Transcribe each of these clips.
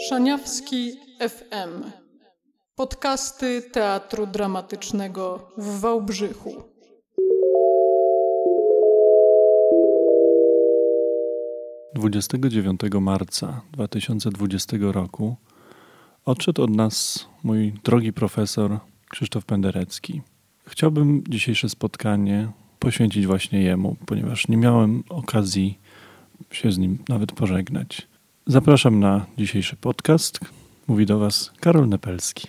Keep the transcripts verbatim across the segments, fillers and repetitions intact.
Szaniawski F M. Podcasty Teatru Dramatycznego w Wałbrzychu. dwudziestego dziewiątego marca dwa tysiące dwudziestego roku odszedł od nas mój drogi profesor Krzysztof Penderecki. Chciałbym dzisiejsze spotkanie poświęcić właśnie jemu, ponieważ nie miałem okazji się z nim nawet pożegnać. Zapraszam na dzisiejszy podcast. Mówi do Was Karol Nepelski.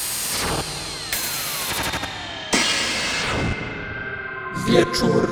Wieczór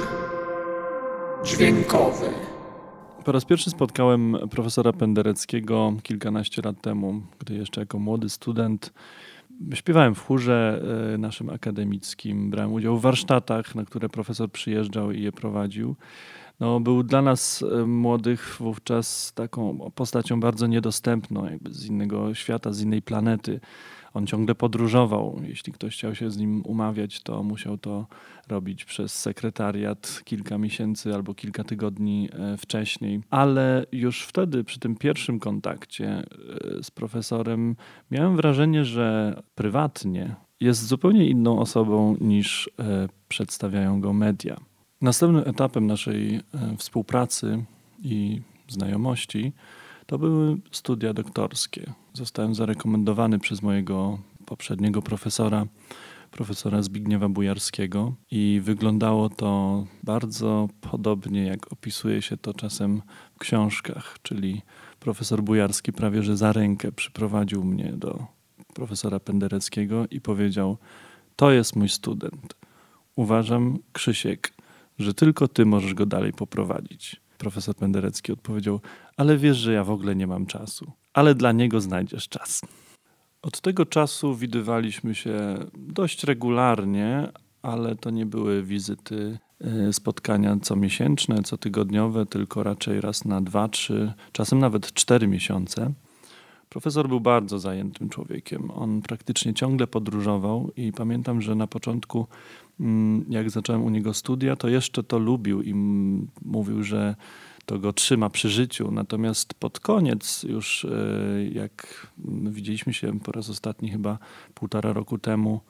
dźwiękowy. Po raz pierwszy spotkałem profesora Pendereckiego kilkanaście lat temu, gdy jeszcze jako młody student śpiewałem w chórze naszym akademickim, brałem udział w warsztatach, na które profesor przyjeżdżał i je prowadził. No, był dla nas młodych wówczas taką postacią bardzo niedostępną, jakby z innego świata, z innej planety. On ciągle podróżował. Jeśli ktoś chciał się z nim umawiać, to musiał to robić przez sekretariat kilka miesięcy albo kilka tygodni wcześniej. Ale już wtedy, przy tym pierwszym kontakcie z profesorem, miałem wrażenie, że prywatnie jest zupełnie inną osobą niż przedstawiają go media. Następnym etapem naszej współpracy i znajomości to były studia doktorskie. Zostałem zarekomendowany przez mojego poprzedniego profesora, profesora Zbigniewa Bujarskiego i wyglądało to bardzo podobnie, jak opisuje się to czasem w książkach, czyli profesor Bujarski prawie że za rękę przyprowadził mnie do profesora Pendereckiego i powiedział: to jest mój student. Uważam, Krzysiek, że tylko ty możesz go dalej poprowadzić. Profesor Penderecki odpowiedział: ale wiesz, że ja w ogóle nie mam czasu, ale dla niego znajdziesz czas. Od tego czasu widywaliśmy się dość regularnie, ale to nie były wizyty, spotkania comiesięczne, cotygodniowe, tylko raczej raz na dwa, trzy, czasem nawet cztery miesiące. Profesor był bardzo zajętym człowiekiem. On praktycznie ciągle podróżował i pamiętam, że na początku, jak zacząłem u niego studia, to jeszcze to lubił i mówił, że to go trzyma przy życiu. Natomiast pod koniec już, jak widzieliśmy się po raz ostatni chyba półtora roku temu,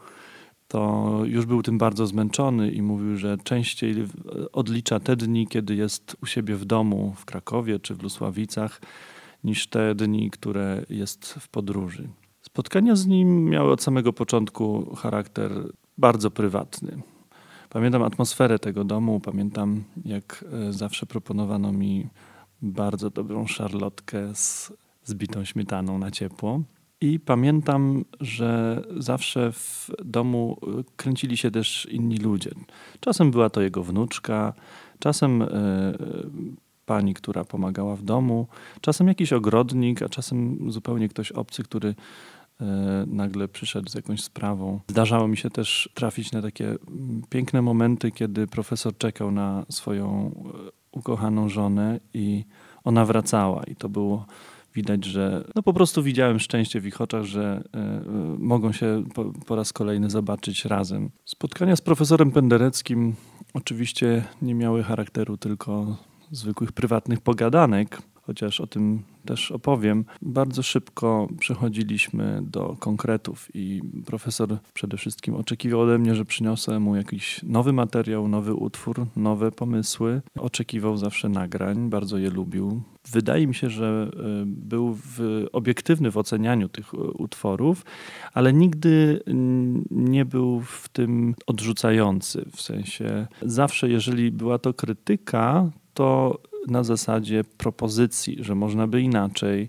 to już był tym bardzo zmęczony i mówił, że częściej odlicza te dni, kiedy jest u siebie w domu w Krakowie czy w Lusławicach, niż te dni, które jest w podróży. Spotkania z nim miały od samego początku charakter bardzo prywatny. Pamiętam atmosferę tego domu, pamiętam jak zawsze proponowano mi bardzo dobrą szarlotkę z zbitą śmietaną na ciepło. I pamiętam, że zawsze w domu kręcili się też inni ludzie. Czasem była to jego wnuczka, czasem Yy, pani, która pomagała w domu, czasem jakiś ogrodnik, a czasem zupełnie ktoś obcy, który e, nagle przyszedł z jakąś sprawą. Zdarzało mi się też trafić na takie piękne momenty, kiedy profesor czekał na swoją ukochaną żonę i ona wracała i to było widać, że no po prostu widziałem szczęście w ich oczach, że e, mogą się po, po raz kolejny zobaczyć razem. Spotkania z profesorem Pendereckim oczywiście nie miały charakteru tylko zwykłych prywatnych pogadanek, chociaż o tym też opowiem. Bardzo szybko przechodziliśmy do konkretów i profesor przede wszystkim oczekiwał ode mnie, że przyniosę mu jakiś nowy materiał, nowy utwór, nowe pomysły. Oczekiwał zawsze nagrań, bardzo je lubił. Wydaje mi się, że był w, obiektywny w ocenianiu tych utworów, ale nigdy nie był w tym odrzucający. W sensie zawsze, jeżeli była to krytyka, to na zasadzie propozycji, że można by inaczej,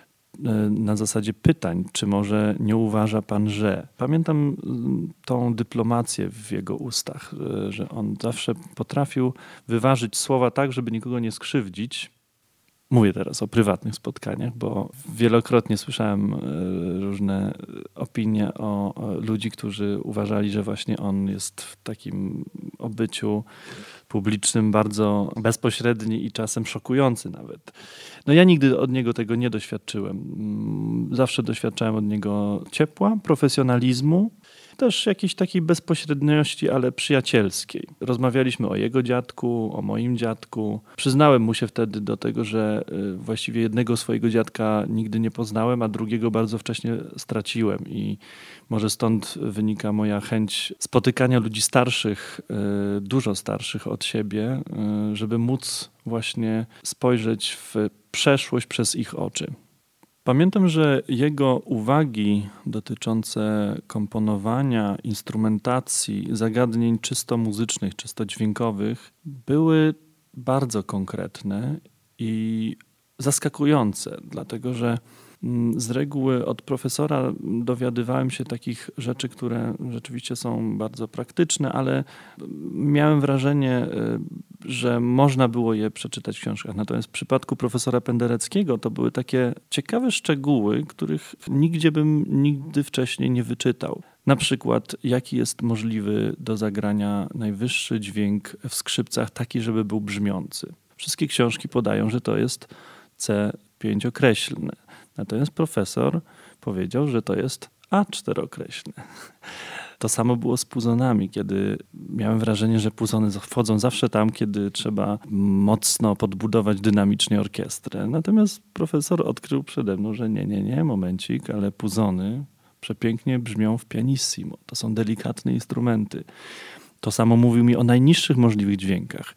na zasadzie pytań, czy może nie uważa pan, że... Pamiętam tą dyplomację w jego ustach, że on zawsze potrafił wyważyć słowa tak, żeby nikogo nie skrzywdzić. Mówię teraz o prywatnych spotkaniach, bo wielokrotnie słyszałem różne opinie o ludzi, którzy uważali, że właśnie on jest w takim obyciu publicznym bardzo bezpośredni i czasem szokujący nawet. No ja nigdy od niego tego nie doświadczyłem. Zawsze doświadczałem od niego ciepła, profesjonalizmu. też jakiejś takiej bezpośredniości, ale przyjacielskiej. Rozmawialiśmy o jego dziadku, o moim dziadku. Przyznałem mu się wtedy do tego, że właściwie jednego swojego dziadka nigdy nie poznałem, a drugiego bardzo wcześnie straciłem i może stąd wynika moja chęć spotykania ludzi starszych, dużo starszych od siebie, żeby móc właśnie spojrzeć w przeszłość przez ich oczy. Pamiętam, że jego uwagi dotyczące komponowania, instrumentacji, zagadnień czysto muzycznych, czysto dźwiękowych były bardzo konkretne i zaskakujące, dlatego że z reguły od profesora dowiadywałem się takich rzeczy, które rzeczywiście są bardzo praktyczne, ale miałem wrażenie, że można było je przeczytać w książkach. Natomiast w przypadku profesora Pendereckiego to były takie ciekawe szczegóły, których nigdzie bym nigdy wcześniej nie wyczytał. Na przykład, jaki jest możliwy do zagrania najwyższy dźwięk w skrzypcach, taki, żeby był brzmiący. Wszystkie książki podają, że to jest C pięciokreślne. Natomiast profesor powiedział, że to jest A czterookreślne. To samo było z puzonami, kiedy miałem wrażenie, że puzony wchodzą zawsze tam, kiedy trzeba mocno podbudować dynamicznie orkiestrę. Natomiast profesor odkrył przede mną, że nie, nie, nie, momencik, ale puzony przepięknie brzmią w pianissimo. To są delikatne instrumenty. To samo mówił mi o najniższych możliwych dźwiękach.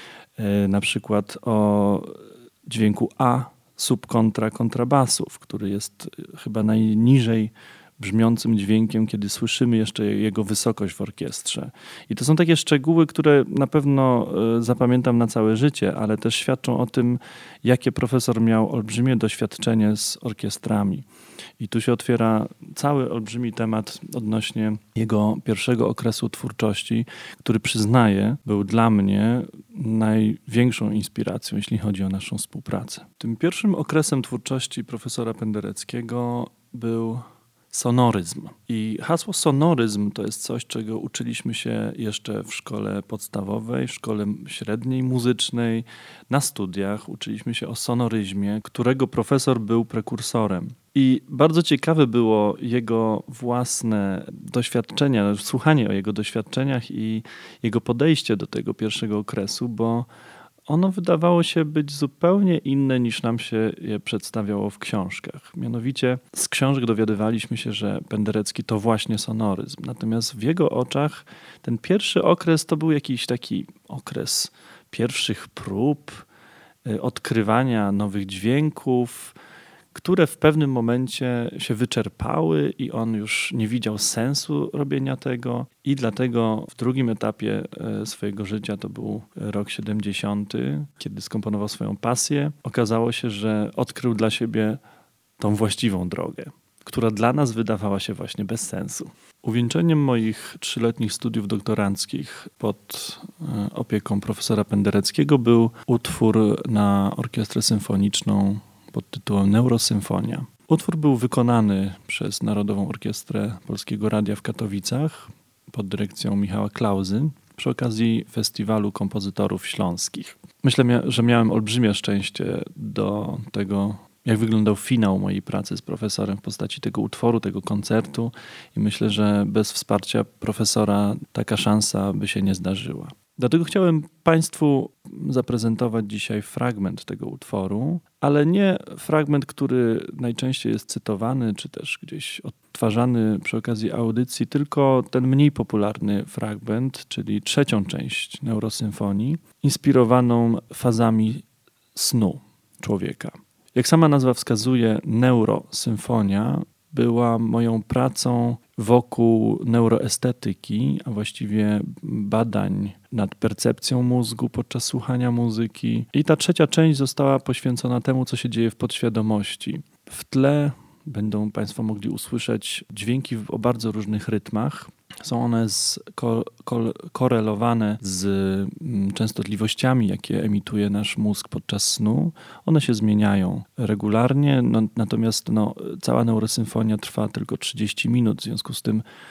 Na przykład o dźwięku A subkontra kontrabasów, który jest chyba najniżej brzmiącym dźwiękiem, kiedy słyszymy jeszcze jego wysokość w orkiestrze. I to są takie szczegóły, które na pewno zapamiętam na całe życie, ale też świadczą o tym, jakie profesor miał olbrzymie doświadczenie z orkiestrami. I tu się otwiera cały olbrzymi temat odnośnie jego pierwszego okresu twórczości, który przyznaję, był dla mnie największą inspiracją, jeśli chodzi o naszą współpracę. Tym pierwszym okresem twórczości profesora Pendereckiego był sonoryzm. I hasło sonoryzm to jest coś, czego uczyliśmy się jeszcze w szkole podstawowej, w szkole średniej muzycznej, na studiach. Uczyliśmy się o sonoryzmie, którego profesor był prekursorem. I bardzo ciekawe było jego własne doświadczenia, słuchanie o jego doświadczeniach i jego podejście do tego pierwszego okresu, bo ono wydawało się być zupełnie inne niż nam się je przedstawiało w książkach. Mianowicie z książek dowiadywaliśmy się, że Penderecki to właśnie sonoryzm. Natomiast w jego oczach ten pierwszy okres to był jakiś taki okres pierwszych prób, odkrywania nowych dźwięków, które w pewnym momencie się wyczerpały i on już nie widział sensu robienia tego i dlatego w drugim etapie swojego życia, to był rok siedemdziesiąty, kiedy skomponował swoją pasję, okazało się, że odkrył dla siebie tą właściwą drogę, która dla nas wydawała się właśnie bez sensu. Uwieńczeniem moich trzyletnich studiów doktoranckich pod opieką profesora Pendereckiego był utwór na orkiestrę symfoniczną pod tytułem Neurosymfonia. Utwór był wykonany przez Narodową Orkiestrę Polskiego Radia w Katowicach pod dyrekcją Michała Klauzy przy okazji Festiwalu Kompozytorów Śląskich. Myślę, że miałem olbrzymie szczęście do tego, jak wyglądał finał mojej pracy z profesorem w postaci tego utworu, tego koncertu i myślę, że bez wsparcia profesora taka szansa by się nie zdarzyła. Dlatego chciałem Państwu zaprezentować dzisiaj fragment tego utworu, ale nie fragment, który najczęściej jest cytowany, czy też gdzieś odtwarzany przy okazji audycji, tylko ten mniej popularny fragment, czyli trzecią część Neurosymfonii, inspirowaną fazami snu człowieka. Jak sama nazwa wskazuje, Neurosymfonia była moją pracą wokół neuroestetyki, a właściwie badań nad percepcją mózgu podczas słuchania muzyki. I ta trzecia część została poświęcona temu, co się dzieje w podświadomości. W tle będą Państwo mogli usłyszeć dźwięki o bardzo różnych rytmach. Są one z, ko, ko, korelowane z mm, częstotliwościami, jakie emituje nasz mózg podczas snu. One się zmieniają regularnie, no, natomiast no, cała neurosymfonia trwa tylko trzydzieści minut, w związku z tym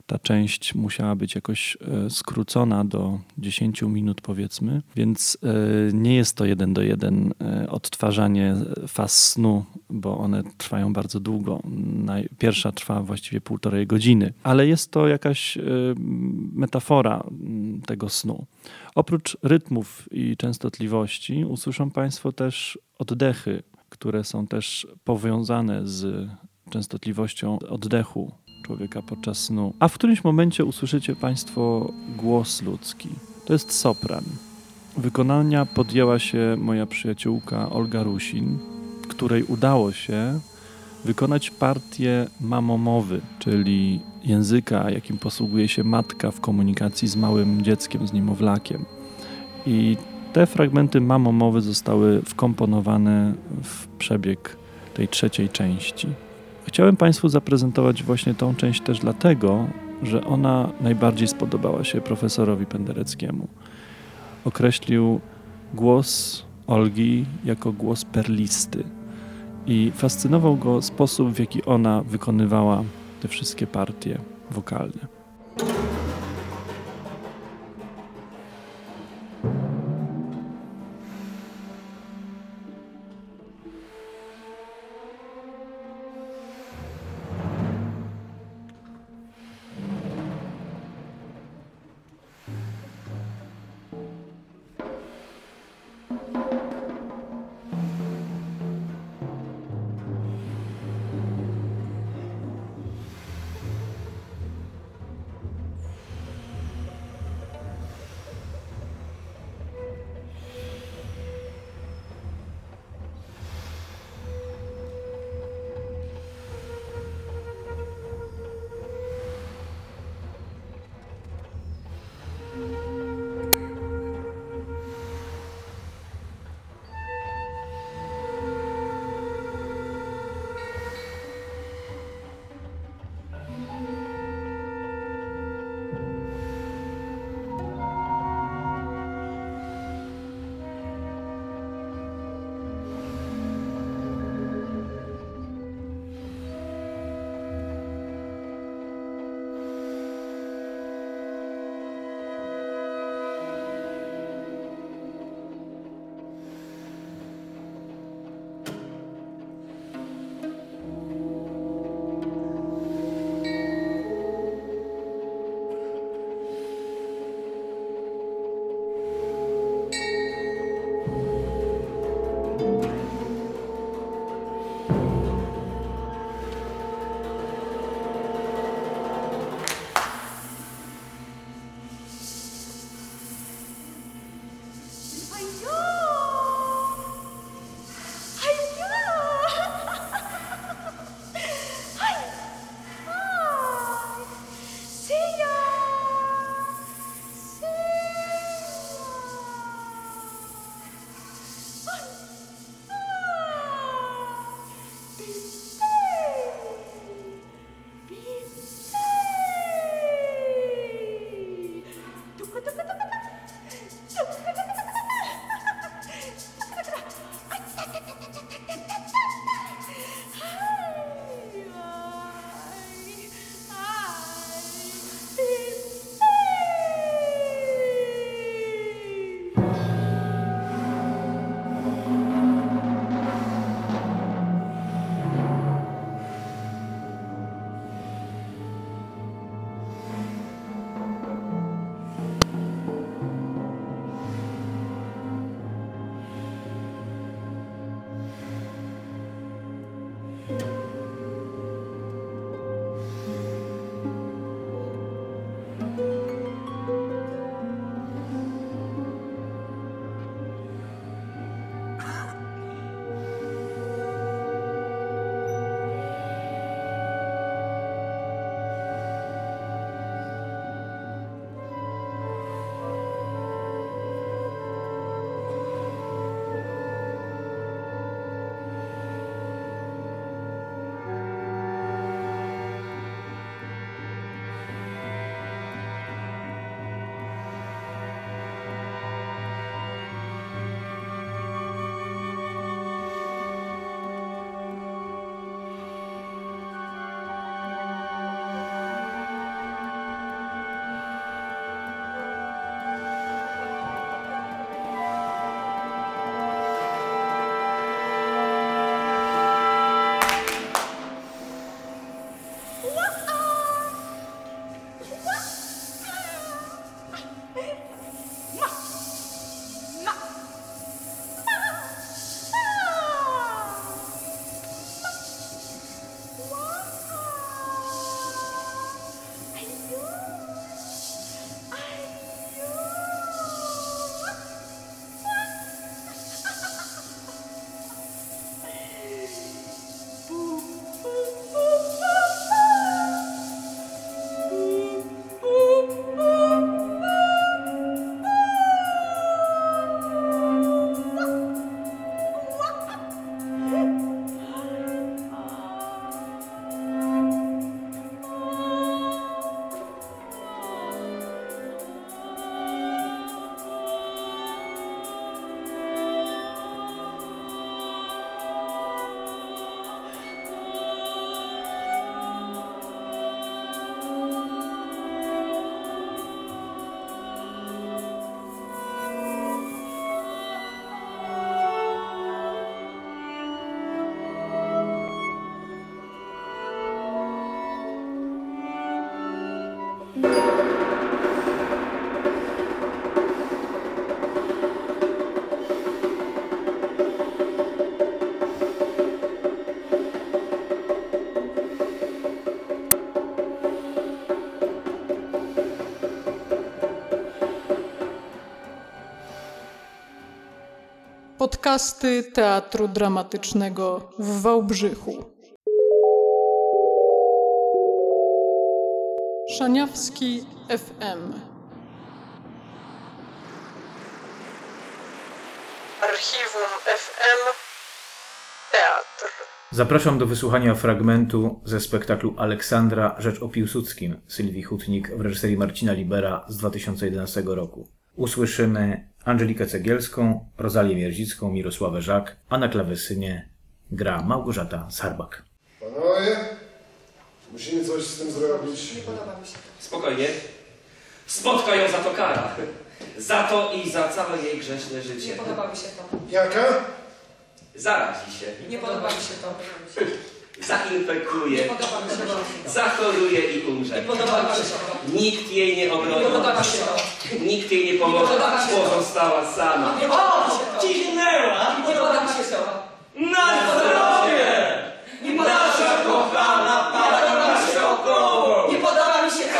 ta część musiała być jakoś skrócona do dziesięciu minut powiedzmy, więc nie jest to jeden do jeden odtwarzanie faz snu, bo one trwają bardzo długo. Pierwsza trwa właściwie półtorej godziny, ale jest to jakaś metafora tego snu. Oprócz rytmów i częstotliwości usłyszą Państwo też oddechy, które są też powiązane z częstotliwością oddechu człowieka podczas snu. A w którymś momencie usłyszycie Państwo głos ludzki. To jest sopran. Wykonania podjęła się moja przyjaciółka Olga Rusin, której udało się wykonać partię mamomowy, czyli języka, jakim posługuje się matka w komunikacji z małym dzieckiem, z niemowlakiem. I te fragmenty mamomowy zostały wkomponowane w przebieg tej trzeciej części. Chciałem Państwu zaprezentować właśnie tą część też dlatego, że ona najbardziej spodobała się profesorowi Pendereckiemu. Określił głos Olgi jako głos perlisty i fascynował go sposób, w jaki ona wykonywała te wszystkie partie wokalne. Podcasty Teatru Dramatycznego w Wałbrzychu. Szaniawski F M. Archiwum F M. Teatr. Zapraszam do wysłuchania fragmentu ze spektaklu Aleksandra Rzecz o Piłsudskim Sylwii Hutnik w reżyserii Marcina Libera z dwa tysiące jedenastego roku. Usłyszymy Angelikę Cegielską, Rozalię Mierzicką, Mirosławę Żak, a na klawesynie gra Małgorzata Sarbak. Panowie, musimy coś z tym zrobić. Nie podoba mi się to. Spokojnie. Spotka ją za to kara. Za to i za całe jej grzeszne Nie życie. podoba mi się to. Jaka? Zarazi się. Nie podoba mi się to. Nie Zainfekuje. podoba mi się to. Zachoruje i umrze. Nie podoba mi się to. Nikt jej nie obroni. Nie podoba mi się to. Nikt jej nie pomoże. Nie podoba mi się to. Pozostała sama. Nie podoba mi się to. Ciśnęła! Nie podoba mi się to. Na zdrowie! Nie podoba mi się Nasza to. kochana para się około! Nie podoba mi się to.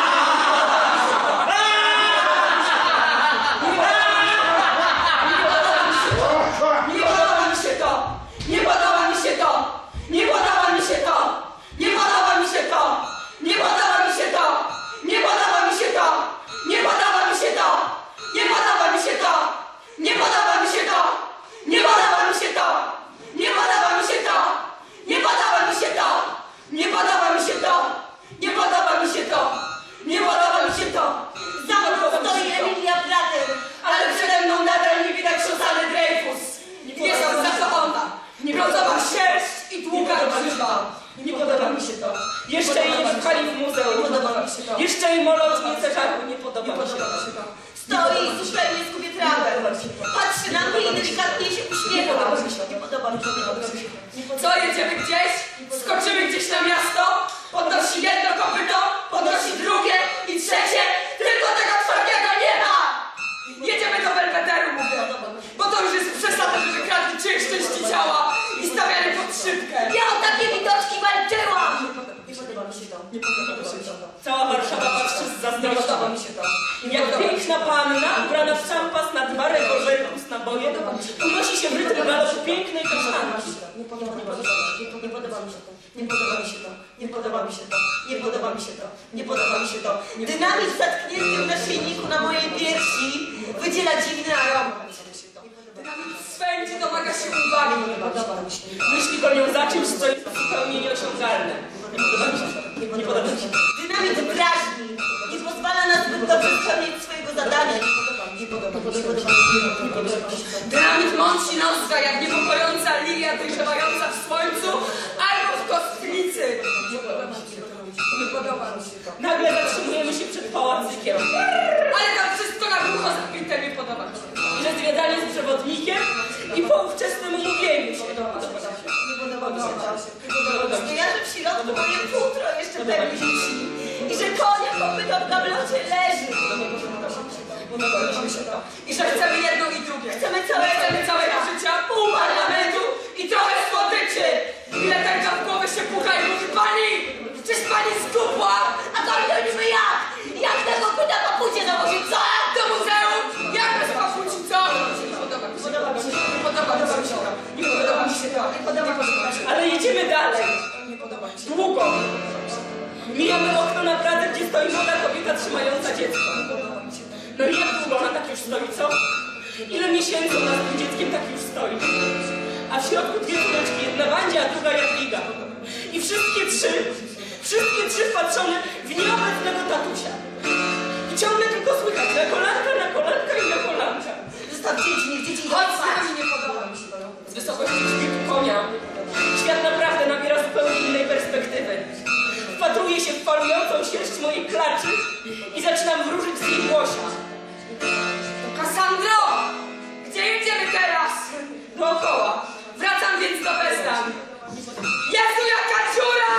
Nie podoba mi się to! Nie podoba mi się to! Nie podoba mi się to! Nie podoba mi się to! Nie podoba mi się to! Nie podoba mi się to! Nie podoba mi się to! Nie podoba mi się to! Nie podoba mi się to! Nie podoba mi się to! Nie podoba mi się to! Nie podoba mi się to! Nie podoba mi się to! Nie podoba mi się to! Nie podoba mi się to! Za mną stoi Emilia Plater, ale przede mną nadal nie widać Szosany Dreyfus. Jestem za to ona. Brązowa sierść i długa grzyba. Nie podoba mi się to. Jeszcze jej nie szukali w muzeum. Nie podoba mi się to. Jeszcze jej molot nie ceżarł. Nie podoba mi się to. Stoi i zupełnie zgubie trawę. Patrzy na mnie i delikatnie się uśmiecha. Nie podoba mi się to. Co, jedziemy gdzieś? Skoczymy gdzieś na miasto? Podnosi jedno kopyto, podnosi drugie i trzecie. Tylko tego czwartego nie ma! Jedziemy do Belwederu, mówię. Bo to już jest przesada, że wykradli czyjeś części ciała i stawiali pod szybkę. Ja o takie widoczki walczyłam. Nie podoba mi się to. Nie podoba mi się to. Cała Warszawa patrzy z Nie zazdrością. podoba mi się to. Jak piękna panna, ubrana w szampas nad barę gorzelku z nabojem, unosi się w rytm galopu pięknej kasztanki. Nie podoba mi się to. Nie podoba mi się to. Nie podoba mi się to. Nie podoba mi się to. Nie podoba mi się to. Nie podoba mi się to. Dynamit zatknięty w naszyjniku na mojej piersi wydziela dziwny aromat. Dynamit swędzi, domaga się uwagi. Nie podoba mi się. Myśli gonią za czymś, co jest zupełnie nieosiągalne. Nie podoba mi się to. Nie podoba mi się to. Dynamit drażni. Nie pozwala na zbyt dobrze spełnić swojego zadania. Nie podoba mi się to. Nie podoba mi się to. Dynamit mąci nozdra, jak niepokojąca lilia dojrzewająca w słońcu albo w kostnicy. Nie podoba mi się to. Nagle zatrzymujemy się przed pałacykiem. Ale tam wszystko na głucho zabite, nie podoba mi się. Że zwiedzanie z przewodnikiem i po ówczesnym umówieniu się. Nie podoba mi się to. Stojarze w środku moje futro jeszcze pewnie wisi. I że konia kopyto w gablocie leży. Podoba mi się to. I że chcemy jedno i drugie. Chcemy całego Chcemy całego życia, pół parlamentu i trochę słodyczy. Ile taka w głowę się puka i mówi pani, czyż pani skupła? A to nie niby jak? Jak tego pyta papucie założyć, co? Do muzeum? Jak bez papuci, co? Nie podoba mi się to. Nie podoba mi się to. Nie podoba mi się to. Nie podoba mi się to. Ale jedziemy dalej. Nie podoba mi się Długo. Mijamy okno na Pradze, gdzie stoi młoda kobieta trzymająca dziecko. No i jak długo ona tak już stoi, co? Ile miesięcy ona z tym dzieckiem tak już stoi? A w środku dwie córeczki, jedna Wandzia, a druga Jadwiga. I wszystkie trzy, wszystkie trzy wpatrzone w nieobecnego tatusia. I ciągle tylko słychać na kolanka, na kolanka i na kolanka. Zostaw dzieci, niech dzieci Chodź, idą spać. Nie podoba mi się to. Z wysokości szpilki konia. Świat naprawdę nabiera zupełnie innej perspektywy. Wpatruję się w falującą sierść mojej klaczy i zaczynam wróżyć z jej głosia. Kassandro! Gdzie jedziemy teraz? Dookoła. Wracam więc do Pestan. Jezu, jaka dziura!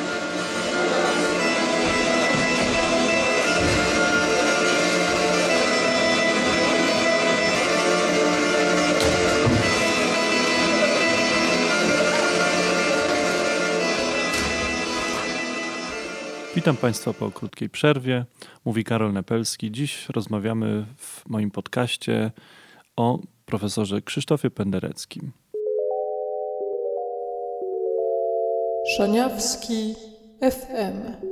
Witam Państwa po krótkiej przerwie. Mówi Karol Nepelski. Dziś rozmawiamy w moim podcaście o profesorze Krzysztofie Pendereckim. Szaniawski F M.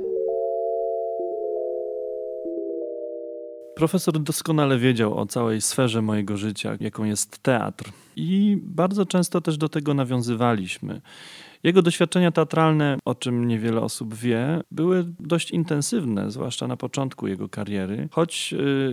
Profesor doskonale wiedział o całej sferze mojego życia, jaką jest teatr. I bardzo często też do tego nawiązywaliśmy. Jego doświadczenia teatralne, o czym niewiele osób wie, były dość intensywne, zwłaszcza na początku jego kariery, choć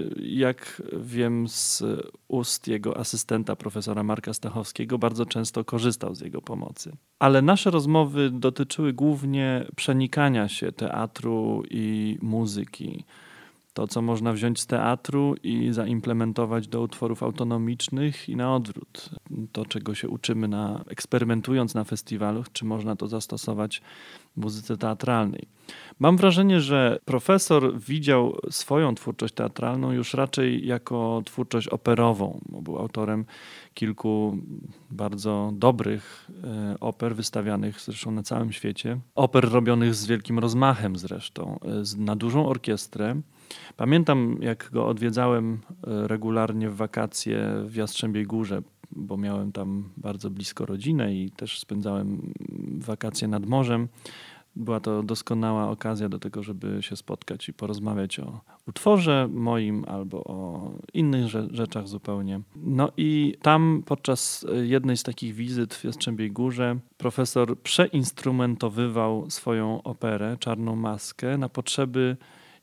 jak wiem z ust jego asystenta, profesora Marka Stachowskiego, bardzo często korzystał z jego pomocy. Ale nasze rozmowy dotyczyły głównie przenikania się teatru i muzyki. To, co można wziąć z teatru i zaimplementować do utworów autonomicznych i na odwrót. To, czego się uczymy na, eksperymentując na festiwalu, czy można to zastosować w muzyce teatralnej. Mam wrażenie, że profesor widział swoją twórczość teatralną już raczej jako twórczość operową. Był autorem kilku bardzo dobrych e, oper wystawianych zresztą na całym świecie. Oper robionych z wielkim rozmachem zresztą, e, z, na dużą orkiestrę. Pamiętam, jak go odwiedzałem regularnie w wakacje w Jastrzębiej Górze, bo miałem tam bardzo blisko rodzinę i też spędzałem wakacje nad morzem. Była to doskonała okazja do tego, żeby się spotkać i porozmawiać o utworze moim albo o innych rzeczach zupełnie. No i tam podczas jednej z takich wizyt w Jastrzębiej Górze profesor przeinstrumentowywał swoją operę Czarną maskę na potrzeby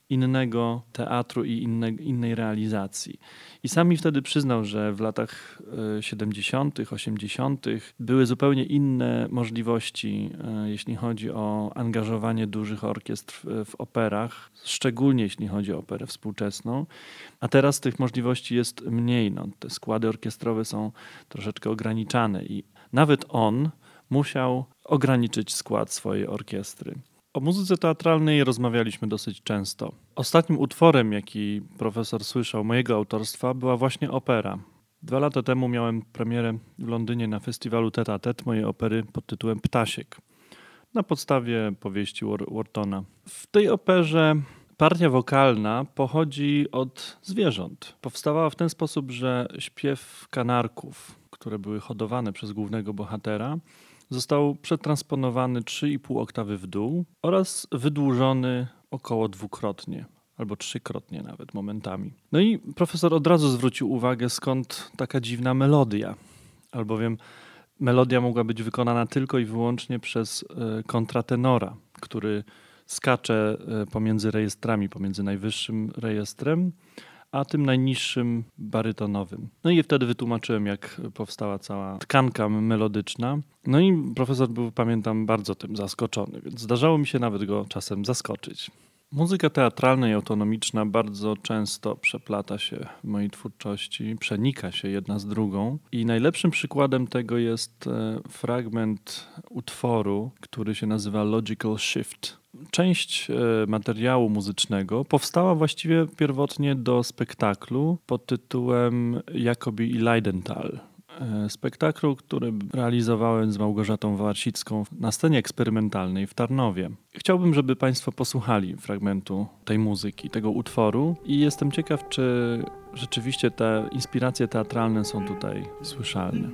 innego teatru i inne, innej realizacji. I sam mi wtedy przyznał, że w latach siedemdziesiątych, osiemdziesiątych były zupełnie inne możliwości, jeśli chodzi o angażowanie dużych orkiestr w operach, szczególnie jeśli chodzi o operę współczesną, a teraz tych możliwości jest mniej. No, te składy orkiestrowe są troszeczkę ograniczane i nawet on musiał ograniczyć skład swojej orkiestry. O muzyce teatralnej rozmawialiśmy dosyć często. Ostatnim utworem, jaki profesor słyszał mojego autorstwa, była właśnie opera. Dwa lata temu miałem premierę w Londynie na festiwalu Tête à Tête mojej opery pod tytułem Ptasiek, na podstawie powieści Wartona. W tej operze partia wokalna pochodzi od zwierząt. Powstawała w ten sposób, że śpiew kanarków, które były hodowane przez głównego bohatera, został przetransponowany trzy i pół oktawy w dół oraz wydłużony około dwukrotnie, albo trzykrotnie nawet momentami. No i profesor od razu zwrócił uwagę, skąd taka dziwna melodia, albowiem melodia mogła być wykonana tylko i wyłącznie przez kontratenora, który skacze pomiędzy rejestrami, pomiędzy najwyższym rejestrem a tym najniższym barytonowym. No i wtedy wytłumaczyłem, jak powstała cała tkanka melodyczna. No i profesor był, pamiętam, bardzo tym zaskoczony, więc zdarzało mi się nawet go czasem zaskoczyć. Muzyka teatralna i autonomiczna bardzo często przeplata się w mojej twórczości, przenika się jedna z drugą i najlepszym przykładem tego jest fragment utworu, który się nazywa Logical Shift. Część materiału muzycznego powstała właściwie pierwotnie do spektaklu pod tytułem Jacobi i Leidenthal. Spektaklu, który realizowałem z Małgorzatą Warsicką na scenie eksperymentalnej w Tarnowie. Chciałbym, żeby Państwo posłuchali fragmentu tej muzyki, tego utworu i jestem ciekaw, czy rzeczywiście te inspiracje teatralne są tutaj słyszalne.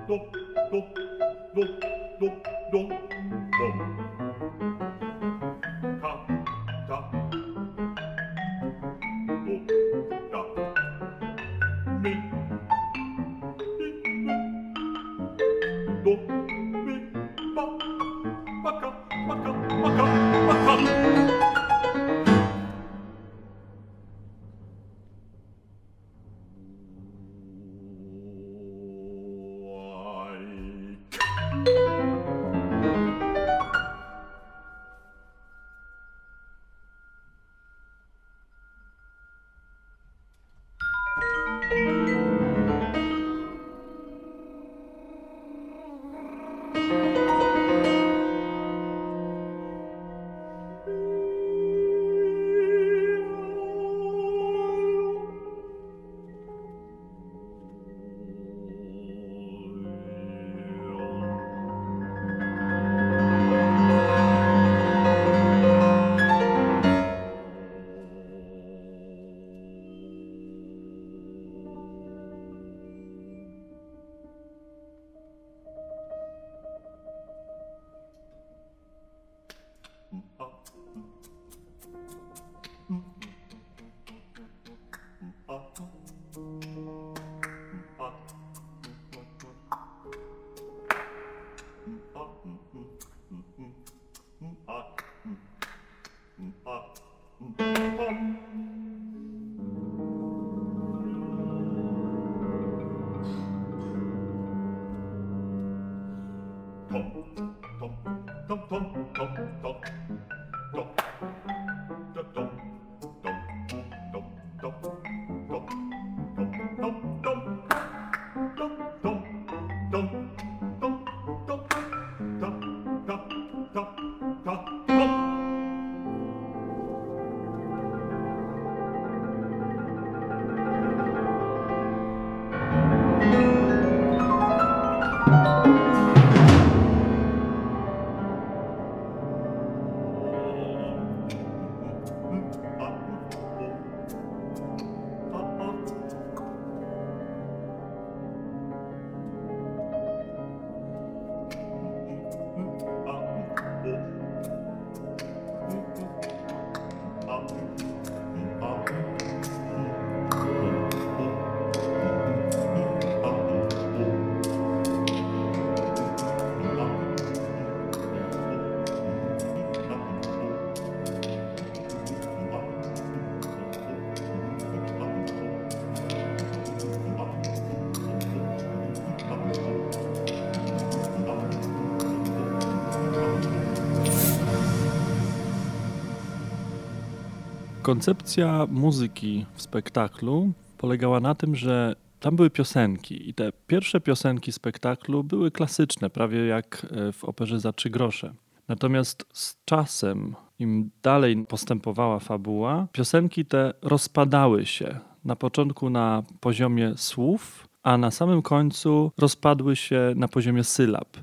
Koncepcja muzyki w spektaklu polegała na tym, że tam były piosenki i te pierwsze piosenki spektaklu były klasyczne, prawie jak w operze za trzy grosze. Natomiast z czasem, im dalej postępowała fabuła, piosenki te rozpadały się. Na początku na poziomie słów, a na samym końcu rozpadły się na poziomie sylab.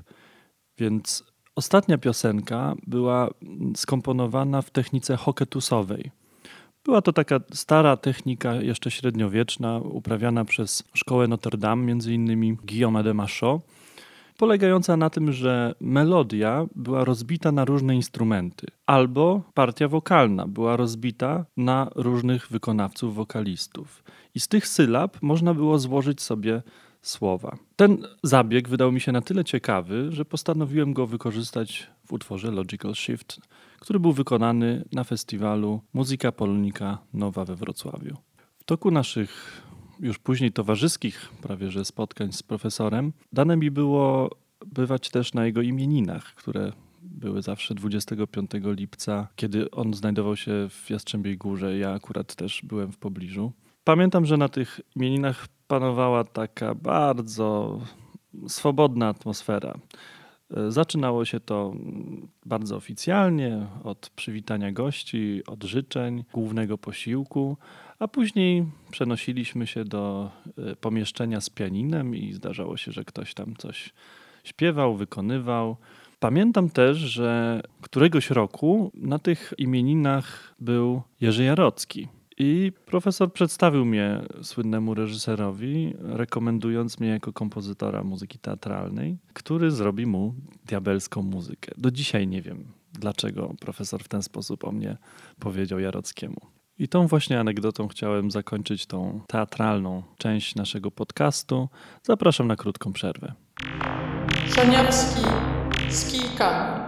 Więc ostatnia piosenka była skomponowana w technice hoketusowej. Była to taka stara technika, jeszcze średniowieczna, uprawiana przez szkołę Notre Dame, między innymi Guillaume de Machaut, polegająca na tym, że melodia była rozbita na różne instrumenty, albo partia wokalna była rozbita na różnych wykonawców, wokalistów. I z tych sylab można było złożyć sobie słowa. Ten zabieg wydał mi się na tyle ciekawy, że postanowiłem go wykorzystać w utworze Logical Shift, który był wykonany na festiwalu Muzyka Polonika Nowa we Wrocławiu. W toku naszych już później towarzyskich prawie że spotkań z profesorem dane mi było bywać też na jego imieninach, które były zawsze dwudziestego piątego lipca, kiedy on znajdował się w Jastrzębiej Górze. Ja akurat też byłem w pobliżu. Pamiętam, że na tych imieninach panowała taka bardzo swobodna atmosfera. Zaczynało się to bardzo oficjalnie, od przywitania gości, od życzeń, głównego posiłku, a później przenosiliśmy się do pomieszczenia z pianinem i zdarzało się, że ktoś tam coś śpiewał, wykonywał. Pamiętam też, że któregoś roku na tych imieninach był Jerzy Jarocki. I profesor przedstawił mnie słynnemu reżyserowi, rekomendując mnie jako kompozytora muzyki teatralnej, który zrobi mu diabelską muzykę. Do dzisiaj nie wiem, dlaczego profesor w ten sposób o mnie powiedział Jarockiemu. I tą właśnie anegdotą chciałem zakończyć tą teatralną część naszego podcastu. Zapraszam na krótką przerwę. Szaniawski z kijkami.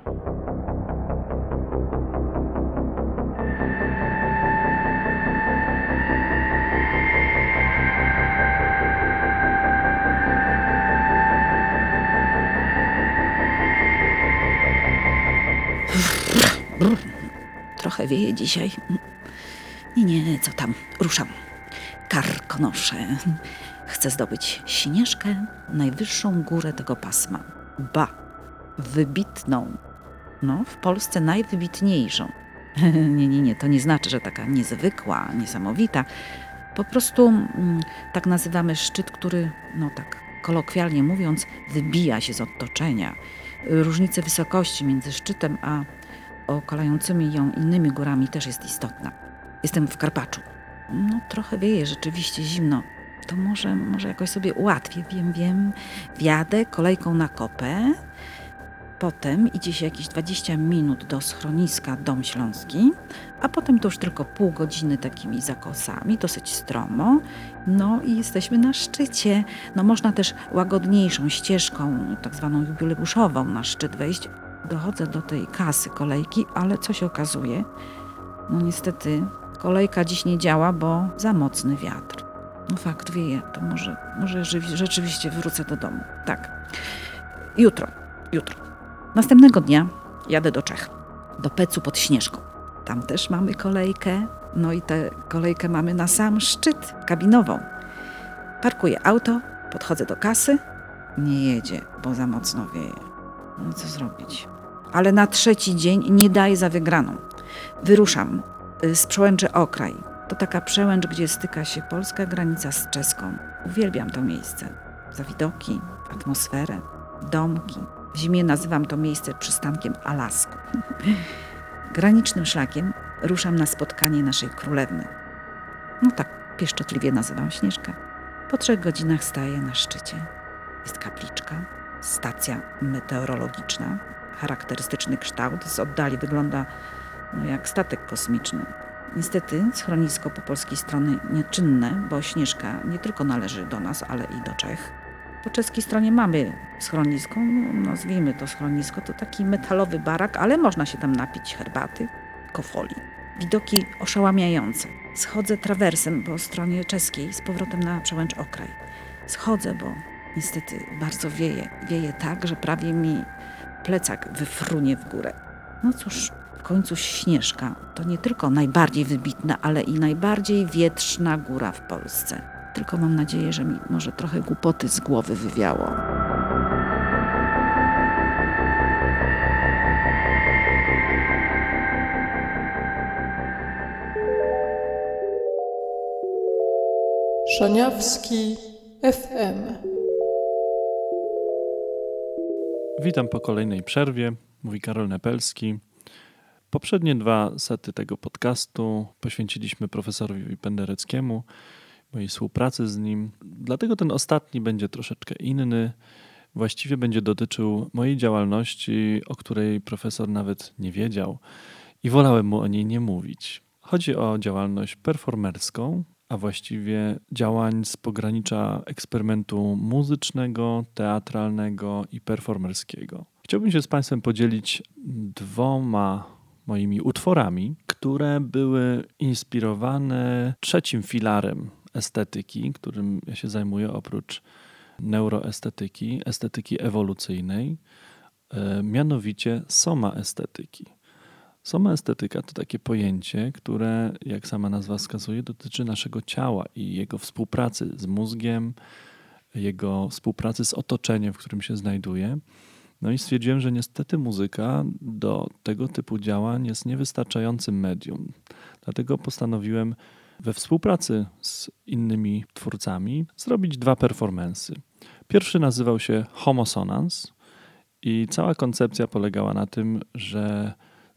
Trochę wieje dzisiaj. Nie, nie, co tam, ruszam. Karkonoszę. Chcę zdobyć Śnieżkę, najwyższą górę tego pasma. Ba, wybitną. No, w Polsce najwybitniejszą. Nie, nie, nie, to nie znaczy, że taka niezwykła, niesamowita. Po prostu mm, tak nazywamy szczyt, który, no tak kolokwialnie mówiąc, wybija się z otoczenia. Różnica wysokości między szczytem a okalającymi ją innymi górami też jest istotna. Jestem w Karpaczu. No trochę wieje, rzeczywiście zimno. To może, może jakoś sobie ułatwię. Wiem, wiem. Wjadę kolejką na kopę. Potem idzie się jakieś dwadzieścia minut do schroniska Dom Śląski, a potem to już tylko pół godziny takimi zakosami, dosyć stromo. No i jesteśmy na szczycie. No można też łagodniejszą ścieżką, tak zwaną jubileuszową, na szczyt wejść. Dochodzę do tej kasy kolejki, ale co się okazuje? No niestety kolejka dziś nie działa, bo za mocny wiatr. No fakt, wieje, to może, może rzeczywiście wrócę do domu. Tak. Jutro, jutro. Następnego dnia jadę do Czech, do Pecu pod Śnieżką. Tam też mamy kolejkę, no i tę kolejkę mamy na sam szczyt, kabinową. Parkuję auto, podchodzę do kasy, nie jedzie, bo za mocno wieje. No co zrobić? Ale na trzeci dzień nie daję za wygraną. Wyruszam z Przełęczy Okraj. To taka przełęcz, gdzie styka się polska granica z czeską. Uwielbiam to miejsce. Za widoki, atmosferę, domki. W zimie nazywam to miejsce przystankiem Alasku. Granicznym szlakiem ruszam na spotkanie naszej królewny. No tak pieszczotliwie nazywam Śnieżkę. Po trzech godzinach staję na szczycie. Jest kapliczka, stacja meteorologiczna, charakterystyczny kształt. Z oddali wygląda no, jak statek kosmiczny. Niestety schronisko po polskiej stronie nieczynne, bo Śnieżka nie tylko należy do nas, ale i do Czech. Po czeskiej stronie mamy schronisko, no, nazwijmy to schronisko, to taki metalowy barak, ale można się tam napić herbaty, kofoli. Widoki oszałamiające. Schodzę trawersem po stronie czeskiej z powrotem na Przełęcz Okraj. Schodzę, bo niestety bardzo wieje. Wieje tak, że prawie mi plecak wyfrunie w górę. No cóż, w końcu Śnieżka to nie tylko najbardziej wybitna, ale i najbardziej wietrzna góra w Polsce. Tylko mam nadzieję, że mi może trochę głupoty z głowy wywiało. Szaniawski F M. Witam po kolejnej przerwie, mówi Karol Nepelski. Poprzednie dwa sety tego podcastu poświęciliśmy profesorowi Pendereckiemu, mojej współpracy z nim. Dlatego ten ostatni będzie troszeczkę inny. Właściwie będzie dotyczył mojej działalności, o której profesor nawet nie wiedział i wolałem mu o niej nie mówić. Chodzi o działalność performerską, a właściwie działań z pogranicza eksperymentu muzycznego, teatralnego i performerskiego. Chciałbym się z Państwem podzielić dwoma moimi utworami, które były inspirowane trzecim filarem estetyki, którym ja się zajmuję oprócz neuroestetyki, estetyki ewolucyjnej, mianowicie somaestetyki. Somaestetyka to takie pojęcie, które, jak sama nazwa wskazuje, dotyczy naszego ciała i jego współpracy z mózgiem, jego współpracy z otoczeniem, w którym się znajduje. No i stwierdziłem, że niestety muzyka do tego typu działań jest niewystarczającym medium. Dlatego postanowiłem we współpracy z innymi twórcami zrobić dwa performance'y. Pierwszy nazywał się Homosonans i cała koncepcja polegała na tym, że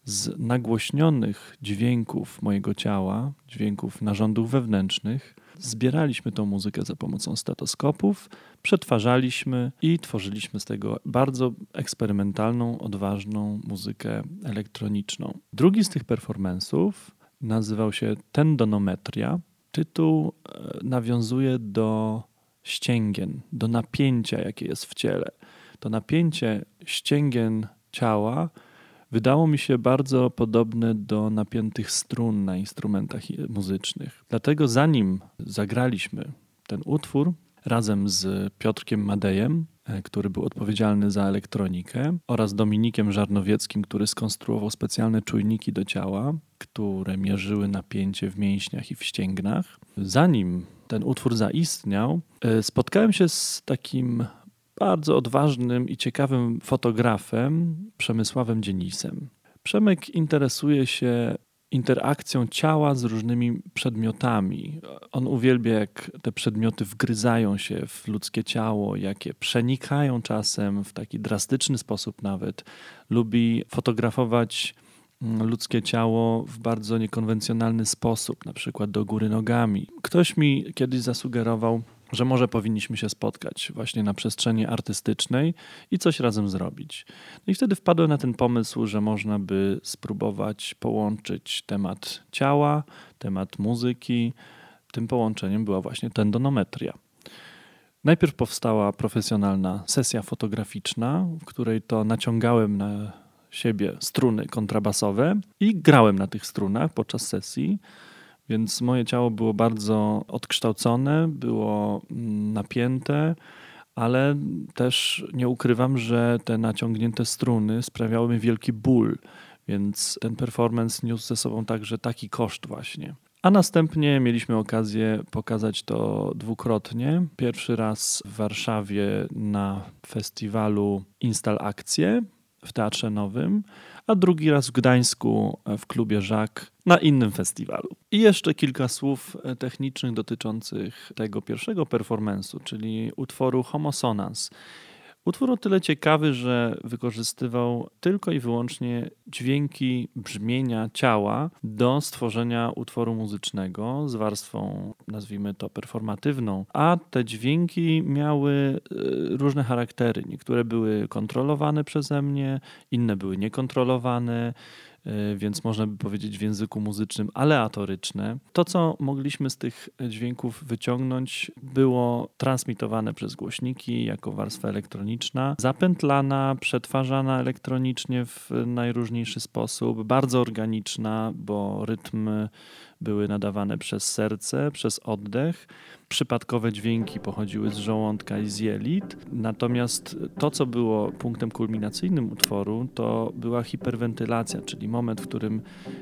z nagłośnionych dźwięków mojego ciała, dźwięków narządów wewnętrznych, zbieraliśmy tą muzykę za pomocą stetoskopów, przetwarzaliśmy i tworzyliśmy z tego bardzo eksperymentalną, odważną muzykę elektroniczną. Drugi z tych performance'ów nazywał się Tendonometria. Tytuł nawiązuje do ścięgien, do napięcia, jakie jest w ciele. To napięcie ścięgien ciała wydało mi się bardzo podobne do napiętych strun na instrumentach muzycznych. Dlatego zanim zagraliśmy ten utwór razem z Piotrkiem Madejem, który był odpowiedzialny za elektronikę, oraz Dominikiem Żarnowieckim, który skonstruował specjalne czujniki do ciała, które mierzyły napięcie w mięśniach i w ścięgnach. Zanim ten utwór zaistniał, spotkałem się z takim bardzo odważnym i ciekawym fotografem Przemysławem Dzienisem. Przemek interesuje się interakcją ciała z różnymi przedmiotami. On uwielbia, jak te przedmioty wgryzają się w ludzkie ciało, jakie przenikają czasem w taki drastyczny sposób nawet. Lubi fotografować ludzkie ciało w bardzo niekonwencjonalny sposób, na przykład do góry nogami. Ktoś mi kiedyś zasugerował, że może powinniśmy się spotkać właśnie na przestrzeni artystycznej i coś razem zrobić. No i wtedy wpadłem na ten pomysł, że można by spróbować połączyć temat ciała, temat muzyki. Tym połączeniem była właśnie tendonometria. Najpierw powstała profesjonalna sesja fotograficzna, w której to naciągałem na siebie struny kontrabasowe i grałem na tych strunach podczas sesji. Więc moje ciało było bardzo odkształcone, było napięte, ale też nie ukrywam, że te naciągnięte struny sprawiały mi wielki ból, więc ten performance niósł ze sobą także taki koszt właśnie. A następnie mieliśmy okazję pokazać to dwukrotnie. Pierwszy raz w Warszawie na festiwalu Instal Akcje w Teatrze Nowym, a drugi raz w Gdańsku w klubie Żak na innym festiwalu. I jeszcze kilka słów technicznych dotyczących tego pierwszego performance'u, czyli utworu Homosonans. Utwór o tyle ciekawy, że wykorzystywał tylko i wyłącznie dźwięki brzmienia ciała do stworzenia utworu muzycznego z warstwą, nazwijmy to, performatywną, a te dźwięki miały różne charaktery. Niektóre były kontrolowane przeze mnie, inne były niekontrolowane, więc można by powiedzieć w języku muzycznym aleatoryczne. To, co mogliśmy z tych dźwięków wyciągnąć, było transmitowane przez głośniki jako warstwa elektroniczna, zapętlana, przetwarzana elektronicznie w najróżniejszy sposób, bardzo organiczna, bo rytmy były nadawane przez serce, przez oddech. Przypadkowe dźwięki pochodziły z żołądka i z jelit. Natomiast to, co było punktem kulminacyjnym utworu, to była hiperwentylacja, czyli moment, w którym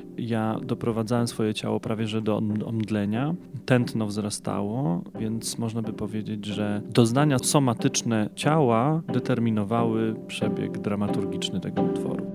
ja doprowadzałem swoje ciało prawie że do omdlenia. Tętno wzrastało, więc można by powiedzieć, że doznania somatyczne ciała determinowały przebieg dramaturgiczny tego utworu.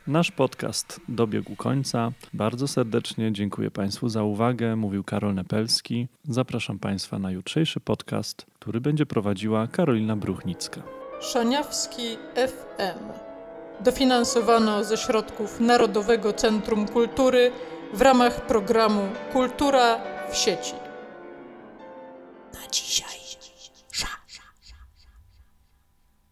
Nasz podcast dobiegł końca. Bardzo serdecznie dziękuję Państwu za uwagę. Mówił Karol Nepelski. Zapraszam Państwa na jutrzejszy podcast, który będzie prowadziła Karolina Bruchnicka. Szaniawski F M. Dofinansowano ze środków Narodowego Centrum Kultury w ramach programu Kultura w sieci. Na dzisiaj.